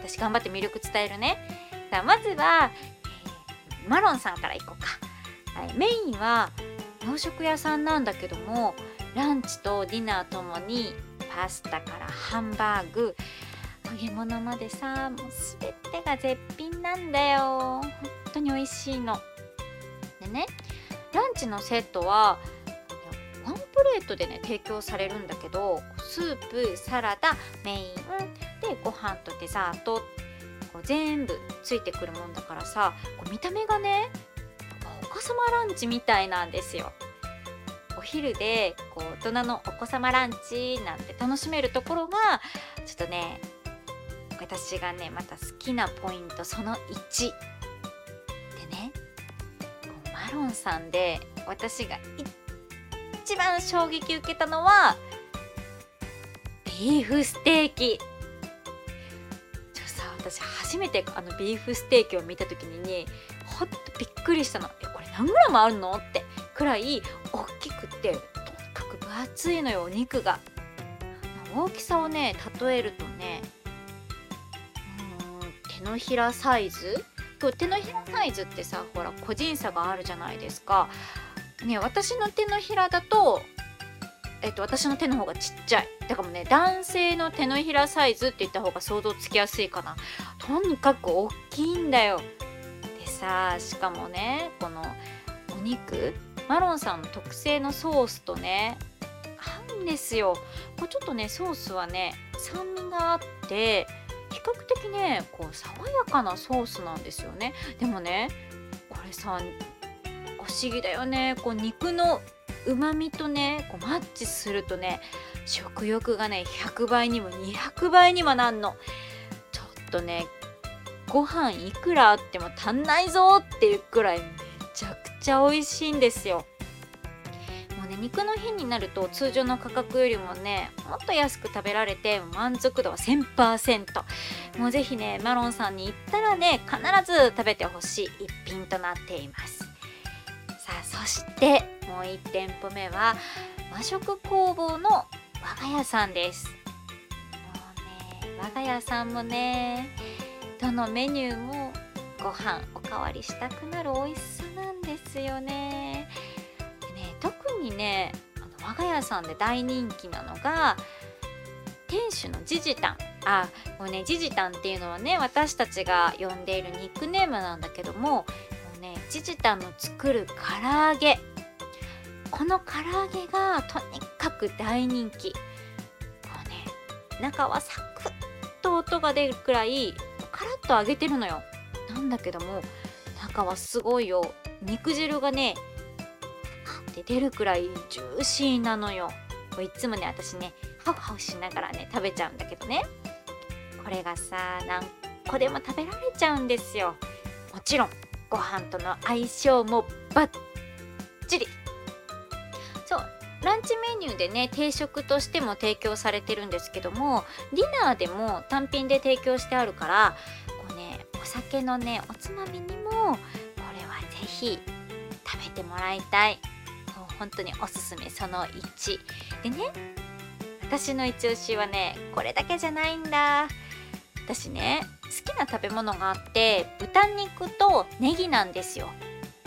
[SPEAKER 1] 私頑張って魅力伝えるね。さあまずは、えーマロンさんからいこうか。はい、メインは洋食屋さんなんだけども、ランチとディナーともにパスタからハンバーグ、揚げ物までさ、もう全てが絶品なんだよ。本当に美味しいのでね、ランチのセットはワンプレートでね提供されるんだけど、スープ、サラダ、メインでご飯とデザート、こう全部ついてくるもんだからさ、こう見た目がねお子様ランチみたいなんですよ。お昼でこう大人のお子様ランチなんて楽しめるところがちょっとね、私がねまた好きなポイントそのいちでね、こうマロンさんで私が一番衝撃受けたのはビーフステーキ。ちょさ、私初めてあのビーフステーキを見た時にね、ほんとびっくりしたの。え、これ何グラムあるのってくらい大きくて、とにかく分厚いのよ、お肉が。大きさをね例えるとね、うーん手のひらサイズ。手のひらサイズってさ、ほら個人差があるじゃないですかね。私の手のひらだと、えっと、私の手の方がちっちゃい。だからもうね、男性の手のひらサイズって言った方が想像つきやすいかな。とにかく大きいんだよ。でさ、しかもね、このお肉、マロンさんの特製のソースとね合うんですよ。これちょっとね、ソースはね酸味があって比較的ねこう爽やかなソースなんですよね。でもね、これさ不思議だよね。こう肉のうまみとねこうマッチするとね、食欲がねひゃくばいにもにひゃくばいにもなんの。ちょっとね、ご飯いくらあっても足んないぞっていうくらいめちゃくちゃ美味しいんですよ。もうね、肉の日になると通常の価格よりもねもっと安く食べられて、満足度は せんパーセント。 もうぜひねマロンさんに行ったらね必ず食べてほしい一品となっています。さあ、そしてもういち店舗目は和食工房の我が家さんです。もうね、我が家さんもねどのメニューもご飯おかわりしたくなる美味しさなんですよね。でね、特にねあの我が家さんで大人気なのが店主のジジタン。あ、もうね、ジジタンっていうのはね私たちが呼んでいるニックネームなんだけども、もうねジジタンの作る唐揚げ、この唐揚げがとにかく大人気。こうね、中はサクッと音が出るくらいカラッと揚げてるのよ。なんだけども中はすごいよ、肉汁がねパって出るくらいジューシーなのよ。いつもね私ねハウハウしながらね食べちゃうんだけどね、これがさ何個でも食べられちゃうんですよ。もちろんご飯との相性もバッチリ。そう、ランチメニューでね定食としても提供されてるんですけども、ディナーでも単品で提供してあるから、こうねお酒のねおつまみにもこれはぜひ食べてもらいたい。もう本当におすすめそのいちでね、私の一押しはねこれだけじゃないんだ。私ね好きな食べ物があって豚肉とネギなんですよ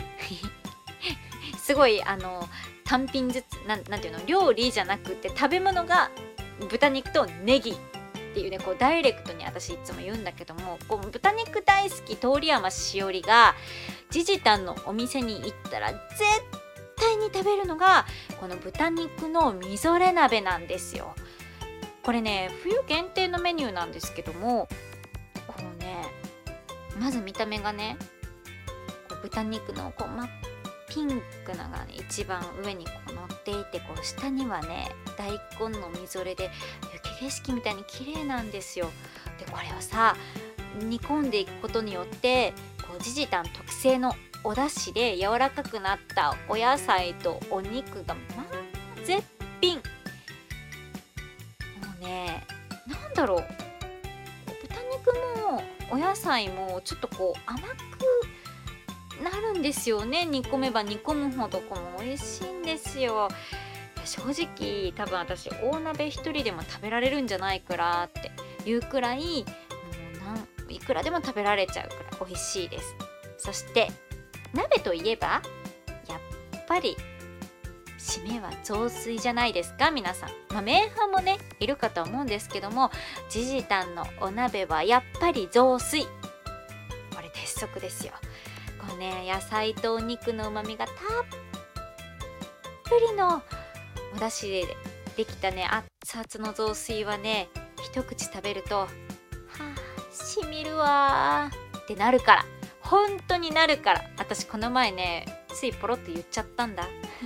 [SPEAKER 1] すごいあの単品ずつなん、なんていうの、料理じゃなくて食べ物が豚肉とネギっていうね、こうダイレクトに私いつも言うんだけども、こう豚肉大好き通山しおりがジジタンのお店に行ったら絶対に食べるのがこの豚肉のみぞれ鍋なんですよ。これね冬限定のメニューなんですけども、こうねまず見た目がねこう豚肉のこう真っピンクなが、ね、一番上にこう乗っていて、こう下にはね大根のみぞれで雪景色みたいに綺麗なんですよ。でこれをさ煮込んでいくことによってこうジジタン特製のお出汁で柔らかくなったお野菜とお肉がまあ絶品。もうね、なんだろう、豚肉もお野菜もちょっとこう甘くなるんですよね。煮込めば煮込むほどこの美味しいんですよ。正直多分私大鍋一人でも食べられるんじゃないかなっていうくらい、もうくらでも食べられちゃうくらい美味しいです。そして鍋といえばやっぱり締めは雑炊じゃないですか皆さん。まあメン派もねいるかと思うんですけども、ジジタンのお鍋はやっぱり雑炊、これ鉄則ですよ。こうね野菜とお肉のうまみがたっぷりのお出汁でできたね熱々の雑炊はね、一口食べるとはあしみるわーってなるから、本当になるから。私この前ねついポロって言っちゃったんだ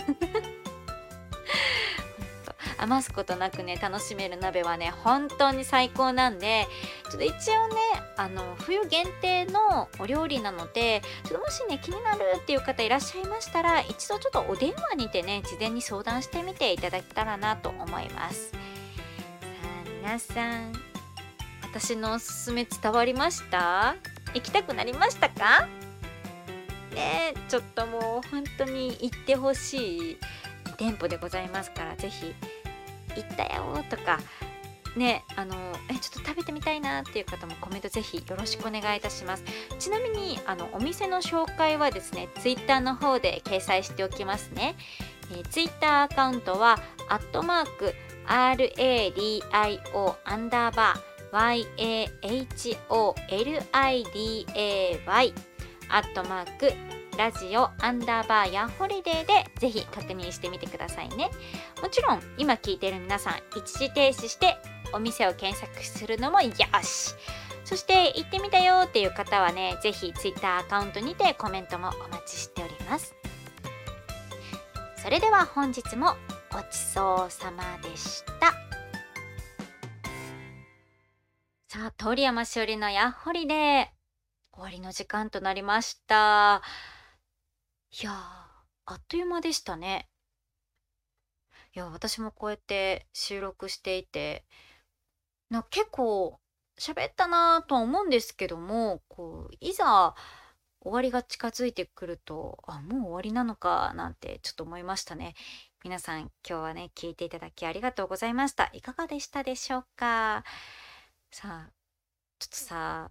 [SPEAKER 1] 余すことなくね楽しめる鍋はね本当に最高なんで、ちょっと一応ねあの冬限定のお料理なので、ちょっともしね気になるっていう方いらっしゃいましたら、一度ちょっとお電話にてね事前に相談してみていただけたらなと思います。さあ皆さん、私のおすすめ伝わりました？行きたくなりましたかね？ちょっともう本当に行ってほしい店舗でございますから、ぜひ行ったよとかね、あのえちょっと食べてみたいなっていう方もコメントぜひよろしくお願いいたします。ちなみにあのお店の紹介はですねツイッターの方で掲載しておきますね。えー、ツイッターアカウントはアットマーク アールエーディーアイオー アンダーバー ワイエーエイチオーエルアイディーエーワイ アットマークラジオアンダーバーやホリデーでぜひ確認してみてくださいね。もちろん今聞いている皆さん一時停止してお店を検索するのもよし。そして行ってみたよっていう方はね、ぜひツイッターアカウントにてコメントもお待ちしております。それでは本日もごちそうさまでした。さあ通山しおりのやっほりで終わりの時間となりました。いやーあっという間でしたね。いや私もこうやって収録していてな結構喋ったなとは思うんですけども、こういざ終わりが近づいてくるとあもう終わりなのかなんてちょっと思いましたね。皆さん今日はね聞いていただきありがとうございました。いかがでしたでしょうか。さあちょっとさ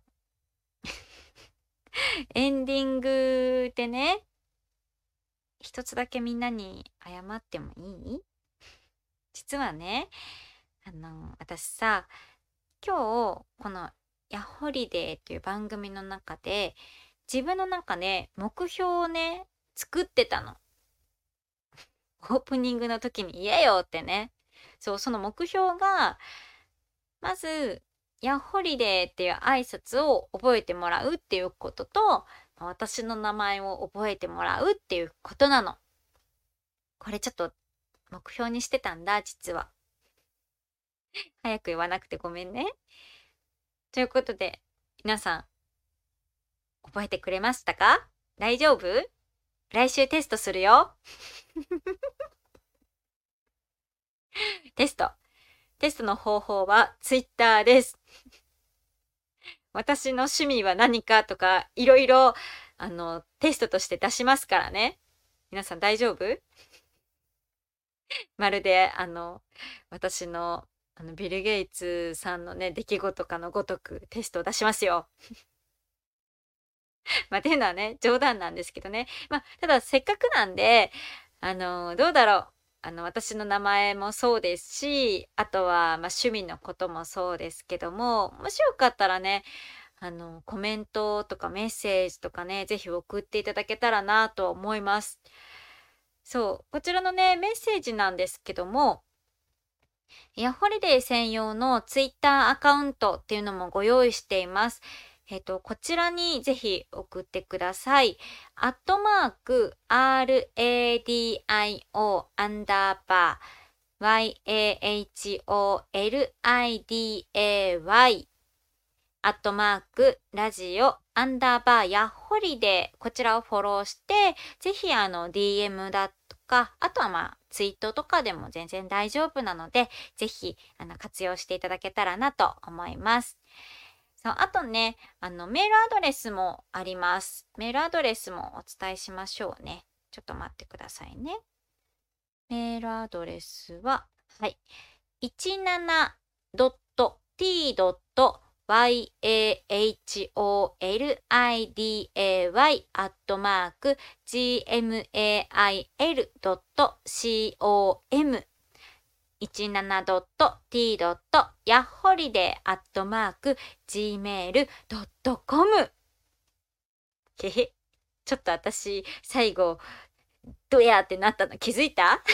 [SPEAKER 1] エンディングでね一つだけみんなに謝ってもいい？実はねあの私さ今日このやっほりでーっていう番組の中で自分の中で目標をね作ってたの。オープニングの時に言えよってね。そうその目標がまずやっほりでーっていう挨拶を覚えてもらうっていうことと、私の名前を覚えてもらうっていうことなの。これちょっと目標にしてたんだ実は。早く言わなくてごめんね。ということで皆さん覚えてくれましたか？大丈夫？来週テストするよ。テストテストの方法はツイッターです。私の趣味は何かとかいろいろあのテストとして出しますからね。皆さん大丈夫？まるであの私のあのビル・ゲイツさんのね出来事かのごとくテストを出しますよ。まあっていうのはね冗談なんですけどね。まあただせっかくなんであのどうだろう、あの私の名前もそうですし、あとはまあ趣味のこともそうですけども、もしよかったらねあのコメントとかメッセージとかねぜひ送っていただけたらなと思います。そうこちらのねメッセージなんですけども、やっほりでー専用のツイッターアカウントっていうのもご用意しています。えっと、こちらにぜひ送ってください。アットマーク アールエーディーアイオー アンダーバー ワイエーエイチオーエルアイディーエーワイ アットマークラジオアンダーバーやっほりでこちらをフォローしてぜひあの ディーエム だとかあとはまあツイートとかでも全然大丈夫なのでぜひあの活用していただけたらなと思います。そうあとねあのメールアドレスもあります。メールアドレスもお伝えしましょうね。ちょっと待ってくださいね。メールアドレスははい いちななドットティードットワイエーエイチオーエルアイディーエーワイ アットマーク ジーエムエーアイエル ドット コム いちなな ドット ティー ヤッホリデー アットマーク ジーメール ドット コム。へへ、ちょっと私最後どやってなったの気づいた？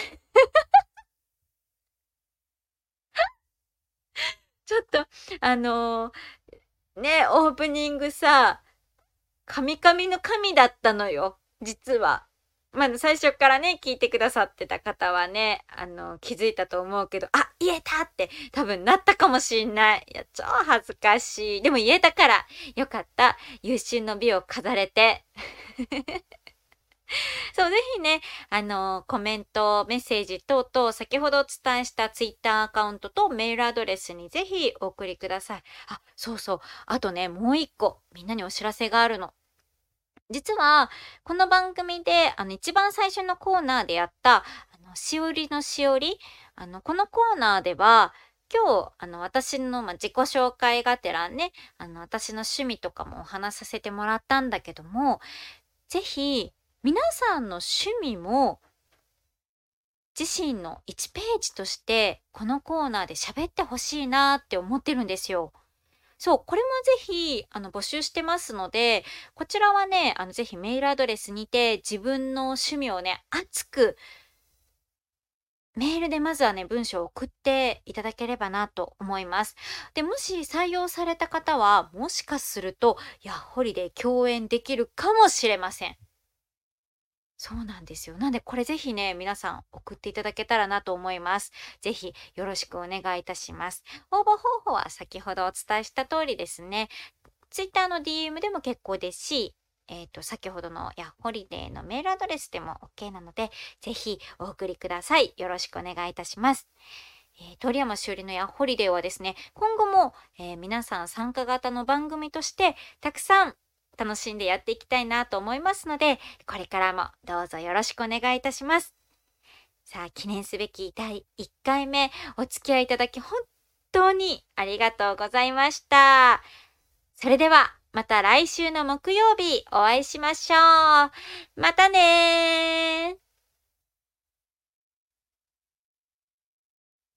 [SPEAKER 1] ちょっとあのー、ねオープニングさ、神々の神だったのよ実は。まあ最初からね聞いてくださってた方はねあの気づいたと思うけど、あ、言えたって多分なったかもしんない。いや超恥ずかしい。でも言えたからよかった。有終の美を飾れてそう、ぜひね、あの、コメント、メッセージ等々、先ほどお伝えしたツイッターアカウントとメールアドレスにぜひお送りください。あ、そうそう。あとね、もう一個、みんなにお知らせがあるの。実は、この番組で、あの、一番最初のコーナーでやった、あの、しおりのしおり、あの、このコーナーでは、今日、あの、私の、まあ、自己紹介がてらね、あの、私の趣味とかもお話しさせてもらったんだけども、ぜひ、皆さんの趣味も自身のいちページとしてこのコーナーで喋ってほしいなって思ってるんですよ。そう、これもぜひあの募集してますので、こちらはね、あのぜひメールアドレスにて自分の趣味をね、熱くメールでまずはね、文章を送っていただければなと思います。で、もし採用された方は、もしかすると、ヤッホリで共演できるかもしれません。そうなんですよ。なんでこれぜひね、皆さん送っていただけたらなと思います。ぜひよろしくお願いいたします。応募方法は先ほどお伝えした通りですね。ツイッターの ディーエム でも結構ですし、えっと、先ほどのヤッホリデーのメールアドレスでも OK なので、ぜひお送りください。よろしくお願いいたします。えー、鳥山しおりのヤッホリデーはですね、今後も、えー、皆さん参加型の番組として、たくさん楽しんでやっていきたいなと思いますので、これからもどうぞよろしくお願いいたします。さあ、記念すべきだいいっかいめ、お付き合いいただき本当にありがとうございました。それでは、また来週の木曜日お会いしましょう。またねー。